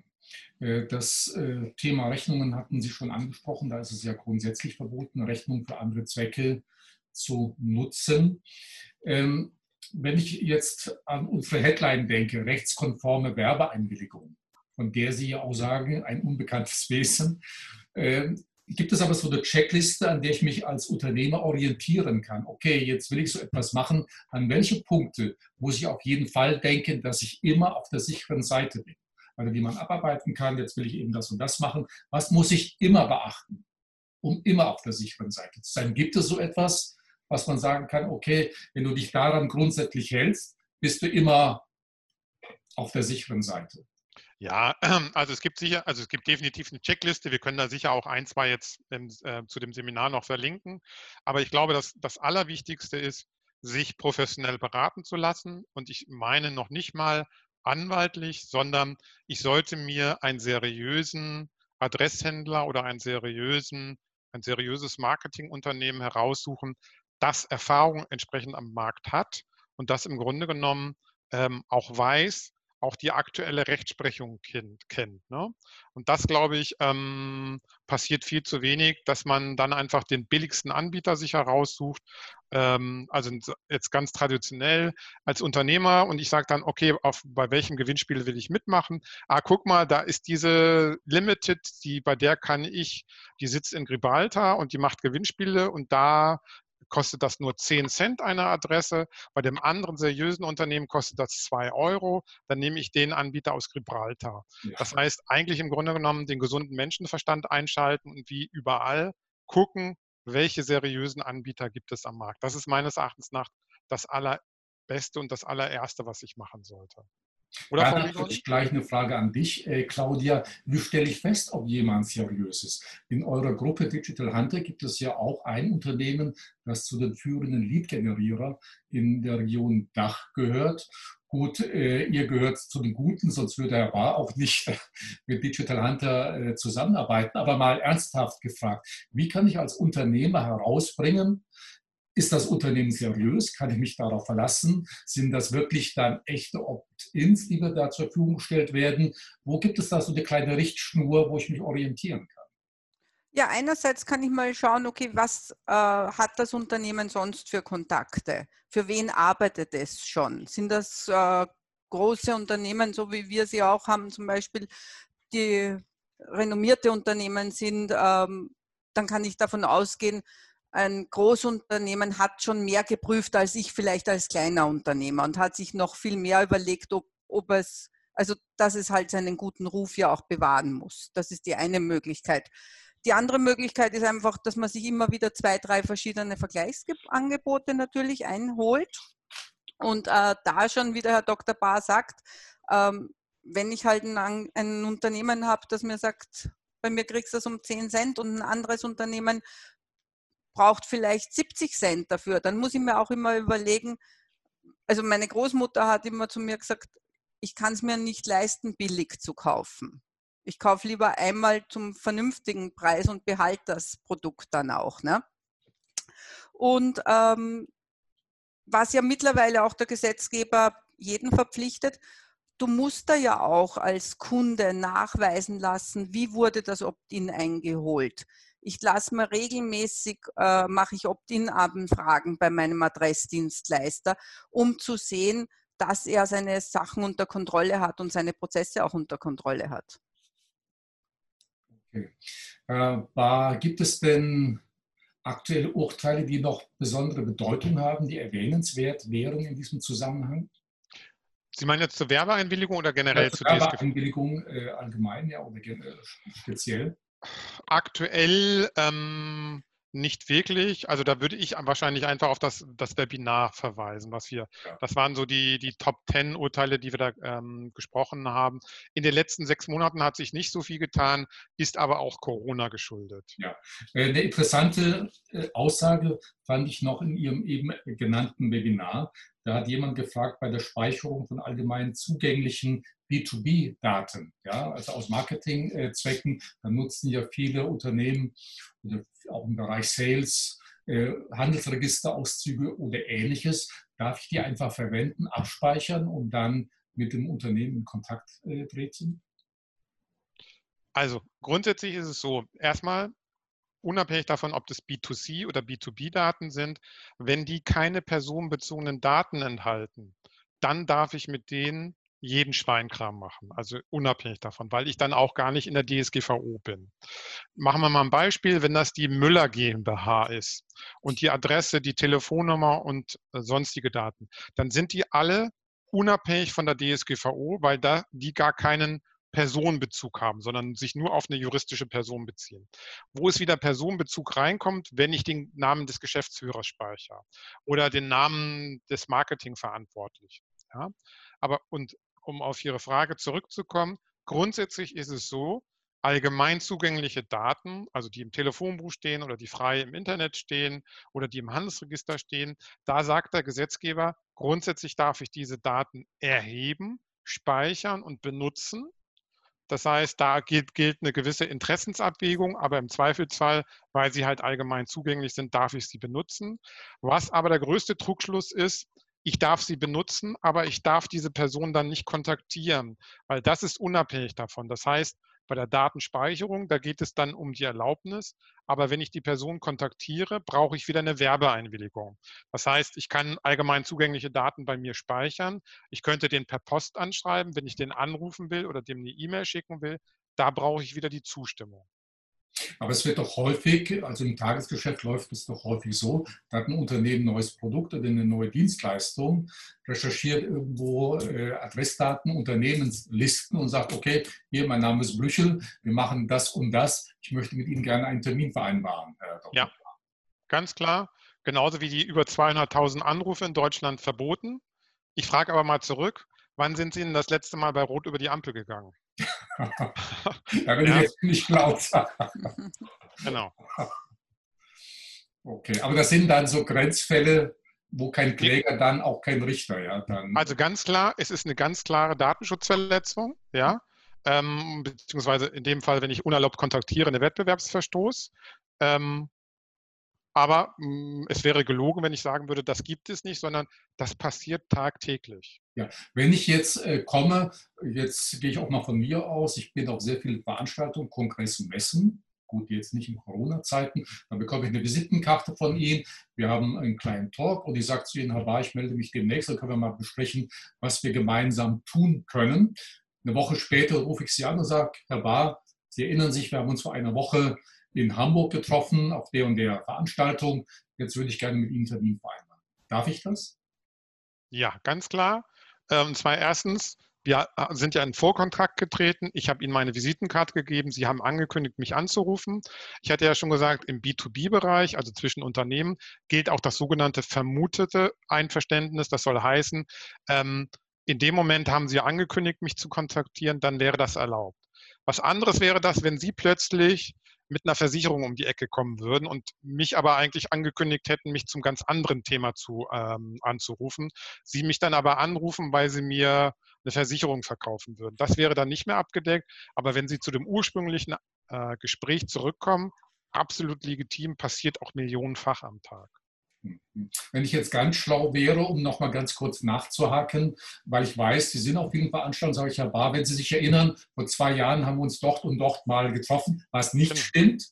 S1: Das Thema Rechnungen hatten Sie schon angesprochen, da ist es ja grundsätzlich verboten, Rechnungen für andere Zwecke zu nutzen. Ähm, wenn ich jetzt an unsere Headline denke, rechtskonforme Werbeeinwilligung, von der Sie ja auch sagen, ein unbekanntes Wesen, äh, gibt es aber so eine Checkliste, an der ich mich als Unternehmer orientieren kann. Okay, jetzt will ich so etwas machen. An welche Punkte muss ich auf jeden Fall denken, dass ich immer auf der sicheren Seite bin? Also die man abarbeiten kann, jetzt will ich eben das und das machen. Was muss ich immer beachten, um immer auf der sicheren Seite zu sein? Gibt es so etwas, was man sagen kann, okay, wenn du dich daran grundsätzlich hältst, bist du immer auf der sicheren Seite?
S3: Ja, also es gibt sicher, also es gibt definitiv eine Checkliste. Wir können da sicher auch ein, zwei jetzt ähm, äh, zu dem Seminar noch verlinken. Aber ich glaube, dass das Allerwichtigste ist, sich professionell beraten zu lassen. Und ich meine noch nicht mal anwaltlich, sondern ich sollte mir einen seriösen Adresshändler oder einen seriösen, ein seriöses Marketingunternehmen heraussuchen, das Erfahrung entsprechend am Markt hat und das im Grunde genommen ähm, auch weiß, auch die aktuelle Rechtsprechung kennt. kennt ne? Und das, glaube ich, ähm, passiert viel zu wenig, dass man dann einfach den billigsten Anbieter sich heraussucht. Ähm, also jetzt ganz traditionell als Unternehmer und ich sage dann, okay, auf, bei welchem Gewinnspiel will ich mitmachen? Ah, guck mal, da ist diese Limited, die, bei der kann ich, die sitzt in Gibraltar und die macht Gewinnspiele und da kostet das nur zehn Cent eine Adresse. Bei dem anderen seriösen Unternehmen kostet das zwei Euro. Dann nehme ich den Anbieter aus Gibraltar. Ja. Das heißt, eigentlich im Grunde genommen den gesunden Menschenverstand einschalten und wie überall gucken, welche seriösen Anbieter gibt es am Markt. Das ist meines Erachtens nach das Allerbeste und das Allererste, was ich machen sollte.
S1: Oder ja, natürlich gleich eine Frage an dich, äh, Claudia. Wie stelle ich fest, ob jemand seriös ist? In eurer Gruppe Digital Hunter gibt es ja auch ein Unternehmen, das zu den führenden Lead-Generierer in der Region Dach gehört. Gut, äh, ihr gehört zu den Guten, sonst würde Herr Bahr auch nicht äh, mit Digital Hunter äh, zusammenarbeiten. Aber mal ernsthaft gefragt, wie kann ich als Unternehmer herausbringen, ist das Unternehmen seriös? Kann ich mich darauf verlassen? Sind das wirklich dann echte Opt-ins, die mir da zur Verfügung gestellt werden? Wo gibt es da so eine kleine Richtschnur, wo ich mich orientieren kann?
S2: Ja, einerseits kann ich mal schauen, okay, was äh, hat das Unternehmen sonst für Kontakte? Für wen arbeitet es schon? Sind das äh, große Unternehmen, so wie wir sie auch haben, zum Beispiel, die renommierte Unternehmen sind? Ähm, dann kann ich davon ausgehen, ein Großunternehmen hat schon mehr geprüft als ich vielleicht als kleiner Unternehmer und hat sich noch viel mehr überlegt, ob, ob es, also dass es halt seinen guten Ruf ja auch bewahren muss. Das ist die eine Möglichkeit. Die andere Möglichkeit ist einfach, dass man sich immer wieder zwei, drei verschiedene Vergleichsangebote natürlich einholt. Und äh, da schon, wie der Herr Doktor Bahr sagt, ähm, wenn ich halt ein, ein Unternehmen habe, das mir sagt, bei mir kriegst du das um zehn Cent und ein anderes Unternehmen braucht vielleicht siebzig Cent dafür, dann muss ich mir auch immer überlegen, also meine Großmutter hat immer zu mir gesagt, ich kann es mir nicht leisten, billig zu kaufen. Ich kaufe lieber einmal zum vernünftigen Preis und behalte das Produkt dann auch. Ne? Und ähm, was ja mittlerweile auch der Gesetzgeber jeden verpflichtet, du musst da ja auch als Kunde nachweisen lassen, wie wurde das Opt-in eingeholt. Ich lasse mir regelmäßig, äh, mache ich Opt-in-Anfragen bei meinem Adressdienstleister, um zu sehen, dass er seine Sachen unter Kontrolle hat und seine Prozesse auch unter Kontrolle hat.
S1: Okay. Äh, Bahr, gibt es denn aktuelle Urteile, die noch besondere Bedeutung haben, die erwähnenswert wären in diesem Zusammenhang?
S3: Sie meinen jetzt zur Werbeeinwilligung oder generell
S1: ja,
S3: zu D S G V O?
S1: Werbeeinwilligung äh, allgemein, ja, oder speziell?
S3: Aktuell ähm, nicht wirklich. Also da würde ich wahrscheinlich einfach auf das, das Webinar verweisen, was wir, ja. Das waren so die, die Top zehn Urteile, die wir da ähm, gesprochen haben. In den letzten sechs Monaten hat sich nicht so viel getan, ist aber auch Corona geschuldet.
S1: Ja, eine interessante Aussage fand ich noch in Ihrem eben genannten Webinar. Da hat jemand gefragt bei der Speicherung von allgemein zugänglichen B zwei B-Daten, ja, also aus Marketingzwecken. Da nutzen ja viele Unternehmen, oder auch im Bereich Sales, äh, Handelsregisterauszüge oder Ähnliches. Darf ich die einfach verwenden, abspeichern und dann mit dem Unternehmen in Kontakt äh, treten?
S3: Also grundsätzlich ist es so, erstmal unabhängig davon, ob das B zwei C oder B zwei B-Daten sind, wenn die keine personenbezogenen Daten enthalten, dann darf ich mit denen jeden Schweinkram machen, also unabhängig davon, weil ich dann auch gar nicht in der D S G V O bin. Machen wir mal ein Beispiel, wenn das die Müller GmbH ist und die Adresse, die Telefonnummer und sonstige Daten, dann sind die alle unabhängig von der D S G V O, weil da die gar keinen Personenbezug haben, sondern sich nur auf eine juristische Person beziehen. Wo es wieder Personenbezug reinkommt, wenn ich den Namen des Geschäftsführers speichere oder den Namen des Marketingverantwortlichen. Ja? Aber und um auf Ihre Frage zurückzukommen, grundsätzlich ist es so, allgemein zugängliche Daten, also die im Telefonbuch stehen oder die frei im Internet stehen oder die im Handelsregister stehen, da sagt der Gesetzgeber, grundsätzlich darf ich diese Daten erheben, speichern und benutzen. Das heißt, da gilt, gilt eine gewisse Interessensabwägung, aber im Zweifelsfall, weil sie halt allgemein zugänglich sind, darf ich sie benutzen. Was aber der größte Trugschluss ist, ich darf sie benutzen, aber ich darf diese Person dann nicht kontaktieren, weil das ist unabhängig davon. Das heißt, bei der Datenspeicherung, da geht es dann um die Erlaubnis, aber wenn ich die Person kontaktiere, brauche ich wieder eine Werbeeinwilligung. Das heißt, ich kann allgemein zugängliche Daten bei mir speichern. Ich könnte den per Post anschreiben, wenn ich den anrufen will oder dem eine E-Mail schicken will. Da brauche ich wieder die Zustimmung.
S1: Aber es wird doch häufig, also im Tagesgeschäft läuft es doch häufig so, da hat ein Unternehmen ein neues Produkt oder eine neue Dienstleistung, recherchiert irgendwo äh, Adressdaten, Unternehmenslisten und sagt, okay, hier, mein Name ist Blüchel, wir machen das und das, ich möchte mit Ihnen gerne einen Termin vereinbaren, Herr Doktor
S3: Ja, ganz klar. Genauso wie die über zweihunderttausend Anrufe in Deutschland verboten. Ich frage aber mal zurück, wann sind Sie denn das letzte Mal bei Rot über die Ampel gegangen?
S1: Da will
S3: Ja.
S1: ich jetzt nicht laut sagen.
S3: Genau.
S1: Okay, aber das sind dann so Grenzfälle, wo kein Kläger, dann auch kein Richter, ja? Dann
S3: Also ganz klar, es ist eine ganz klare Datenschutzverletzung, ja, ähm, beziehungsweise in dem Fall, wenn ich unerlaubt kontaktiere, eine Wettbewerbsverstoß. Ähm, aber mh, es wäre gelogen, wenn ich sagen würde, das gibt es nicht, sondern das passiert tagtäglich.
S1: Ja, wenn ich jetzt äh, komme, jetzt gehe ich auch mal von mir aus, ich bin auf sehr viele Veranstaltungen, Kongresse, Messen, gut, jetzt nicht in Corona-Zeiten, dann bekomme ich eine Visitenkarte von Ihnen, wir haben einen kleinen Talk und ich sage zu Ihnen, Herr Bahr, ich melde mich demnächst, dann können wir mal besprechen, was wir gemeinsam tun können. Eine Woche später rufe ich Sie an und sage, Herr Bahr, Sie erinnern sich, wir haben uns vor einer Woche in Hamburg getroffen, auf der und der Veranstaltung, jetzt würde ich gerne mit Ihnen einen Termin vereinbaren. Darf ich das?
S3: Ja, ganz klar. Und zwar erstens, wir sind ja in Vorkontrakt getreten. Ich habe Ihnen meine Visitenkarte gegeben. Sie haben angekündigt, mich anzurufen. Ich hatte ja schon gesagt, im B zwei B-Bereich, also zwischen Unternehmen, gilt auch das sogenannte vermutete Einverständnis. Das soll heißen, ähm, in dem Moment haben Sie angekündigt, mich zu kontaktieren, dann wäre das erlaubt. Was anderes wäre das, wenn Sie plötzlich mit einer Versicherung um die Ecke kommen würden und mich aber eigentlich angekündigt hätten, mich zum ganz anderen Thema zu, ähm, anzurufen. Sie mich dann aber anrufen, weil Sie mir eine Versicherung verkaufen würden. Das wäre dann nicht mehr abgedeckt. Aber wenn Sie zu dem ursprünglichen äh, Gespräch zurückkommen, absolut legitim, passiert auch millionenfach am Tag.
S1: Wenn ich jetzt ganz schlau wäre, um noch mal ganz kurz nachzuhaken, weil ich weiß, Sie sind auf vielen Veranstaltungen, sage ich, Herr Bahr, wenn Sie sich erinnern, vor zwei Jahren haben wir uns dort und dort mal getroffen, was nicht
S3: Genau.
S1: stimmt.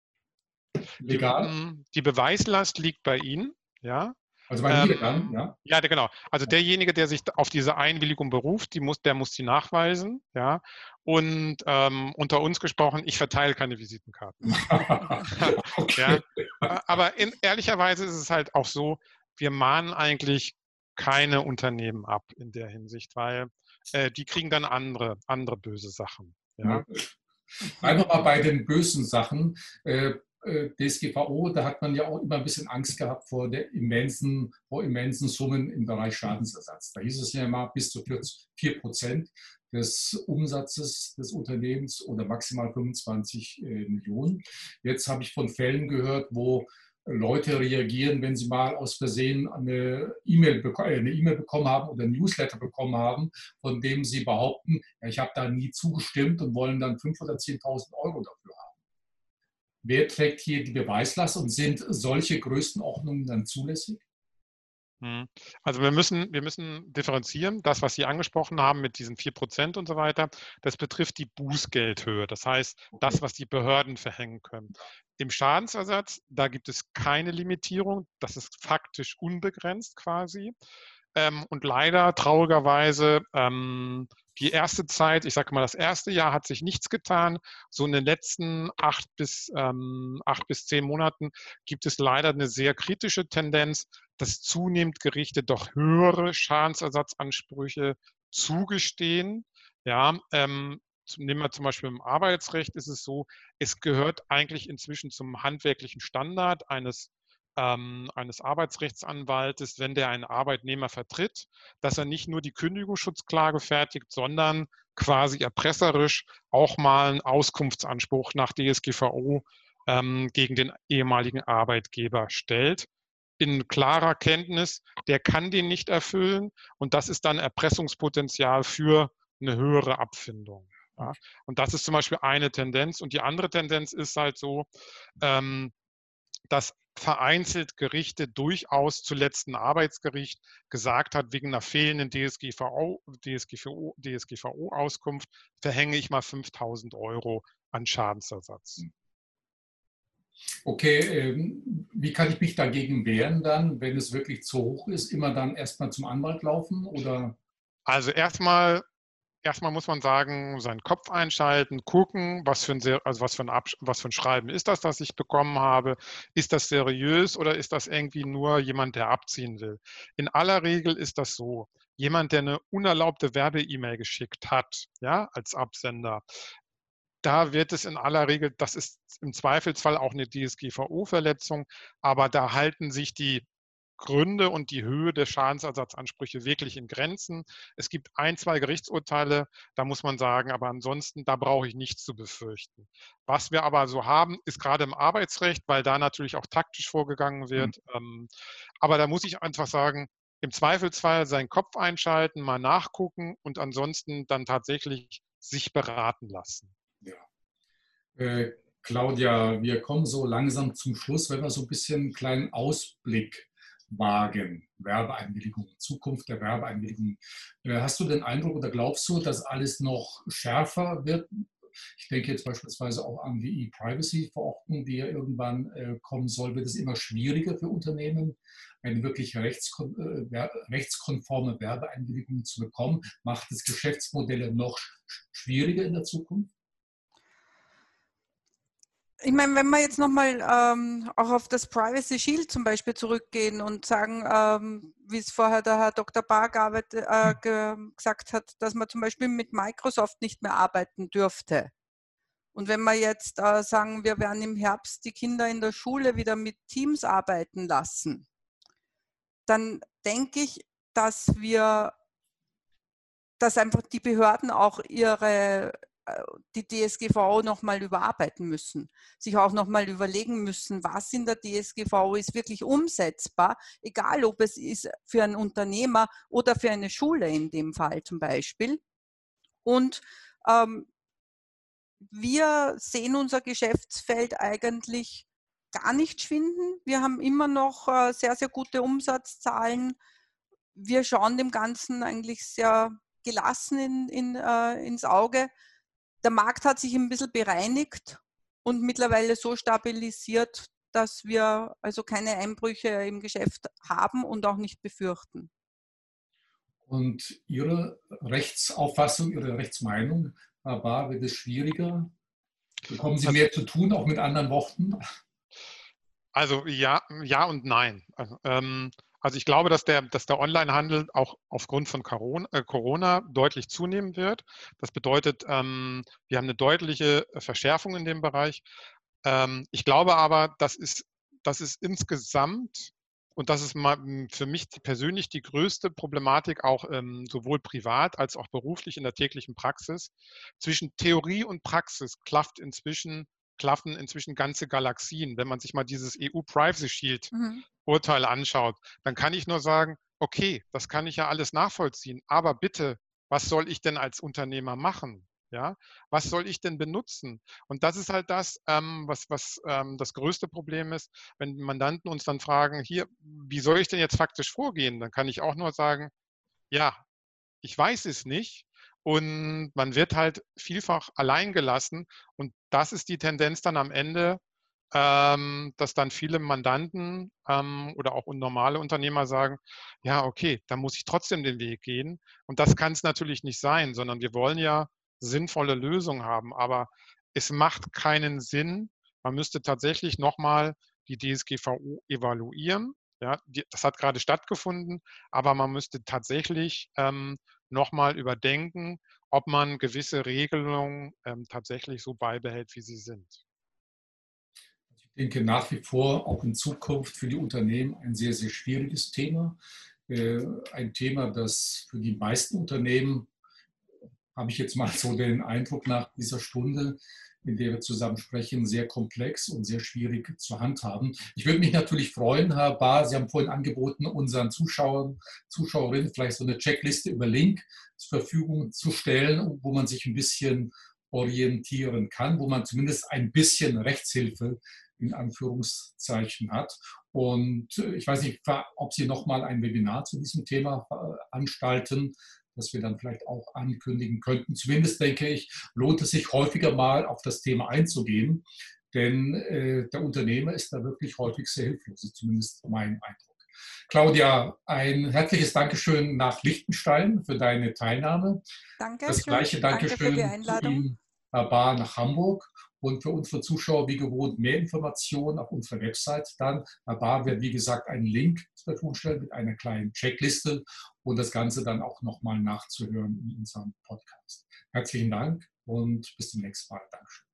S1: Legal.
S3: Die, die Beweislast liegt bei Ihnen, ja.
S1: Also bei mir dann, ja.
S3: Ja, genau. Also derjenige, der sich auf diese Einwilligung beruft, die muss, der muss die nachweisen, ja. Und ähm, unter uns gesprochen, ich verteile keine Visitenkarten.
S1: Okay.
S3: Ja. Aber in, ehrlicherweise ist es halt auch so, wir mahnen eigentlich keine Unternehmen ab in der Hinsicht, weil äh, die kriegen dann andere, andere böse Sachen. Ja.
S1: Bleiben wir mal bei den bösen Sachen. Äh, D S G V O, da hat man ja auch immer ein bisschen Angst gehabt vor, der immensen, vor immensen Summen im Bereich Schadensersatz. Da hieß es ja mal bis zu vier Prozent des Umsatzes des Unternehmens oder maximal fünfundzwanzig äh, Millionen. Jetzt habe ich von Fällen gehört, wo Leute reagieren, wenn sie mal aus Versehen eine E-Mail beko eine E-Mail bekommen haben oder ein Newsletter bekommen haben, von dem sie behaupten, ja, ich habe da nie zugestimmt und wollen dann fünftausend oder zehntausend Euro dafür haben. Wer trägt hier die Beweislast und sind solche Größenordnungen dann zulässig?
S3: Also wir müssen, wir müssen differenzieren. Das, was Sie angesprochen haben mit diesen vier Prozent und so weiter, das betrifft die Bußgeldhöhe. Das heißt, das, was die Behörden verhängen können. Im Schadensersatz, da gibt es keine Limitierung. Das ist faktisch unbegrenzt quasi. Ähm, und leider, traurigerweise, ähm, die erste Zeit, ich sage mal, das erste Jahr hat sich nichts getan. So in den letzten acht bis, ähm, acht bis zehn Monaten gibt es leider eine sehr kritische Tendenz, dass zunehmend Gerichte doch höhere Schadensersatzansprüche zugestehen. Ja, ähm, nehmen wir zum Beispiel im Arbeitsrecht ist es so, es gehört eigentlich inzwischen zum handwerklichen Standard eines Ähm, eines Arbeitsrechtsanwaltes, wenn der einen Arbeitnehmer vertritt, dass er nicht nur die Kündigungsschutzklage fertigt, sondern quasi erpresserisch auch mal einen Auskunftsanspruch nach D S G V O ähm, gegen den ehemaligen Arbeitgeber stellt. In klarer Kenntnis, der kann den nicht erfüllen und das ist dann Erpressungspotenzial für eine höhere Abfindung. Ja. Und das ist zum Beispiel eine Tendenz. Und die andere Tendenz ist halt so, ähm, dass vereinzelt Gerichte durchaus zuletzt ein Arbeitsgericht gesagt hat, wegen einer fehlenden D S G V O, D S G V O, D S G V O-Auskunft verhänge ich mal fünftausend Euro an Schadensersatz.
S1: Okay, ähm, wie kann ich mich dagegen wehren dann, wenn es wirklich zu hoch ist? Immer dann erstmal zum Anwalt laufen oder?
S3: Also erstmal Erstmal muss man sagen, seinen Kopf einschalten, gucken, was für ein, also was für ein, Absch was für ein Schreiben ist das, das ich bekommen habe. Ist das seriös oder ist das irgendwie nur jemand, der abziehen will? In aller Regel ist das so. Jemand, der eine unerlaubte Werbe-E-Mail geschickt hat, ja, als Absender, da wird es in aller Regel, das ist im Zweifelsfall auch eine D S G V O-Verletzung, aber da halten sich die Gründe und die Höhe der Schadensersatzansprüche wirklich in Grenzen. Es gibt ein, zwei Gerichtsurteile, da muss man sagen, aber ansonsten, da brauche ich nichts zu befürchten. Was wir aber so haben, ist gerade im Arbeitsrecht, weil da natürlich auch taktisch vorgegangen wird. Mhm. Aber da muss ich einfach sagen, im Zweifelsfall seinen Kopf einschalten, mal nachgucken und ansonsten dann tatsächlich sich beraten lassen.
S1: Ja. Äh, Claudia, wir kommen so langsam zum Schluss, wenn wir so ein bisschen einen kleinen Ausblick wagen. Werbeeinwilligung, Zukunft der Werbeeinwilligung. Äh, hast du den Eindruck oder glaubst du, dass alles noch schärfer wird? Ich denke jetzt beispielsweise auch an die E-Privacy-Verordnung, die ja irgendwann äh, kommen soll. Wird es immer schwieriger für Unternehmen, eine wirklich rechtskon äh, rechtskonforme Werbeeinwilligung zu bekommen? Macht es Geschäftsmodelle noch schwieriger in der Zukunft?
S2: Ich meine, wenn wir jetzt nochmal ähm, auch auf das Privacy Shield zum Beispiel zurückgehen und sagen, ähm, wie es vorher der Herr Doktor Barr gearbeitet, äh, ge gesagt hat, dass man zum Beispiel mit Microsoft nicht mehr arbeiten dürfte. Und wenn wir jetzt äh, sagen, wir werden im Herbst die Kinder in der Schule wieder mit Teams arbeiten lassen, dann denke ich, dass wir, dass einfach die Behörden auch ihre die D S G V O nochmal überarbeiten müssen, sich auch nochmal überlegen müssen, was in der D S G V O ist wirklich umsetzbar, egal ob es ist für einen Unternehmer oder für eine Schule in dem Fall zum Beispiel. Und ähm, wir sehen unser Geschäftsfeld eigentlich gar nicht schwinden. Wir haben immer noch äh, sehr, sehr gute Umsatzzahlen. Wir schauen dem Ganzen eigentlich sehr gelassen in, in, äh, ins Auge. Der Markt hat sich ein bisschen bereinigt und mittlerweile so stabilisiert, dass wir also keine Einbrüche im Geschäft haben und auch nicht befürchten.
S1: Und Ihre Rechtsauffassung, Ihre Rechtsmeinung, Herr Barr, wird es schwieriger? Bekommen Sie mehr zu tun, auch mit anderen Worten?
S3: Also ja, ja und nein. Also, ähm, Also ich glaube, dass der, dass der Onlinehandel auch aufgrund von Corona, äh, Corona deutlich zunehmen wird. Das bedeutet, ähm, wir haben eine deutliche Verschärfung in dem Bereich. Ähm, ich glaube aber, das ist, das ist insgesamt, und das ist mal für mich persönlich die größte Problematik, auch ähm, sowohl privat als auch beruflich in der täglichen Praxis. Zwischen Theorie und Praxis klafft inzwischen klaffen inzwischen ganze Galaxien. Wenn man sich mal dieses E U Privacy Shield
S2: Mhm.
S3: Urteil anschaut, dann kann ich nur sagen, okay, das kann ich ja alles nachvollziehen, aber bitte, was soll ich denn als Unternehmer machen? Ja, was soll ich denn benutzen? Und das ist halt das, ähm, was, was ähm, das größte Problem ist, wenn Mandanten uns dann fragen, hier, wie soll ich denn jetzt faktisch vorgehen? Dann kann ich auch nur sagen, ja, ich weiß es nicht. Und man wird halt vielfach allein gelassen. Und das ist die Tendenz dann am Ende, ähm, dass dann viele Mandanten ähm, oder auch normale Unternehmer sagen, ja, okay, dann muss ich trotzdem den Weg gehen. Und das kann es natürlich nicht sein, sondern wir wollen ja sinnvolle Lösungen haben. Aber es macht keinen Sinn. Man müsste tatsächlich nochmal die D S G V O evaluieren. Ja, die, das hat gerade stattgefunden, aber man müsste tatsächlich ähm, nochmal überdenken, ob man gewisse Regelungen ähm, tatsächlich so beibehält, wie sie sind.
S1: Ich denke nach wie vor auch in Zukunft für die Unternehmen ein sehr, sehr schwieriges Thema. Äh, ein Thema, das für die meisten Unternehmen, habe ich jetzt mal so den Eindruck nach dieser Stunde, in der wir zusammen sprechen, sehr komplex und sehr schwierig zu handhaben. Ich würde mich natürlich freuen, Herr Bahr, Sie haben vorhin angeboten, unseren Zuschauern, Zuschauerinnen vielleicht so eine Checkliste über Link zur Verfügung zu stellen, wo man sich ein bisschen orientieren kann, wo man zumindest ein bisschen Rechtshilfe in Anführungszeichen hat. Und ich weiß nicht, ob Sie noch mal ein Webinar zu diesem Thema veranstalten, das wir dann vielleicht auch ankündigen könnten. Zumindest denke ich, lohnt es sich häufiger mal auf das Thema einzugehen, denn äh, der Unternehmer ist da wirklich häufig sehr hilflos, ist zumindest mein Eindruck. Claudia, ein herzliches Dankeschön nach Liechtenstein für deine Teilnahme.
S2: Danke,
S1: Das gleiche
S2: Danke für die
S1: Dankeschön zu
S2: Einladung.
S1: Ihnen, Herr Bahr, nach Hamburg. Und für unsere Zuschauer, wie gewohnt, mehr Informationen auf unserer Website. Dann, Herr Bahr wird, wie gesagt, einen Link zur Verfügung stellen mit einer kleinen Checkliste und das Ganze dann auch nochmal nachzuhören in unserem Podcast. Herzlichen Dank und bis zum nächsten Mal. Dankeschön.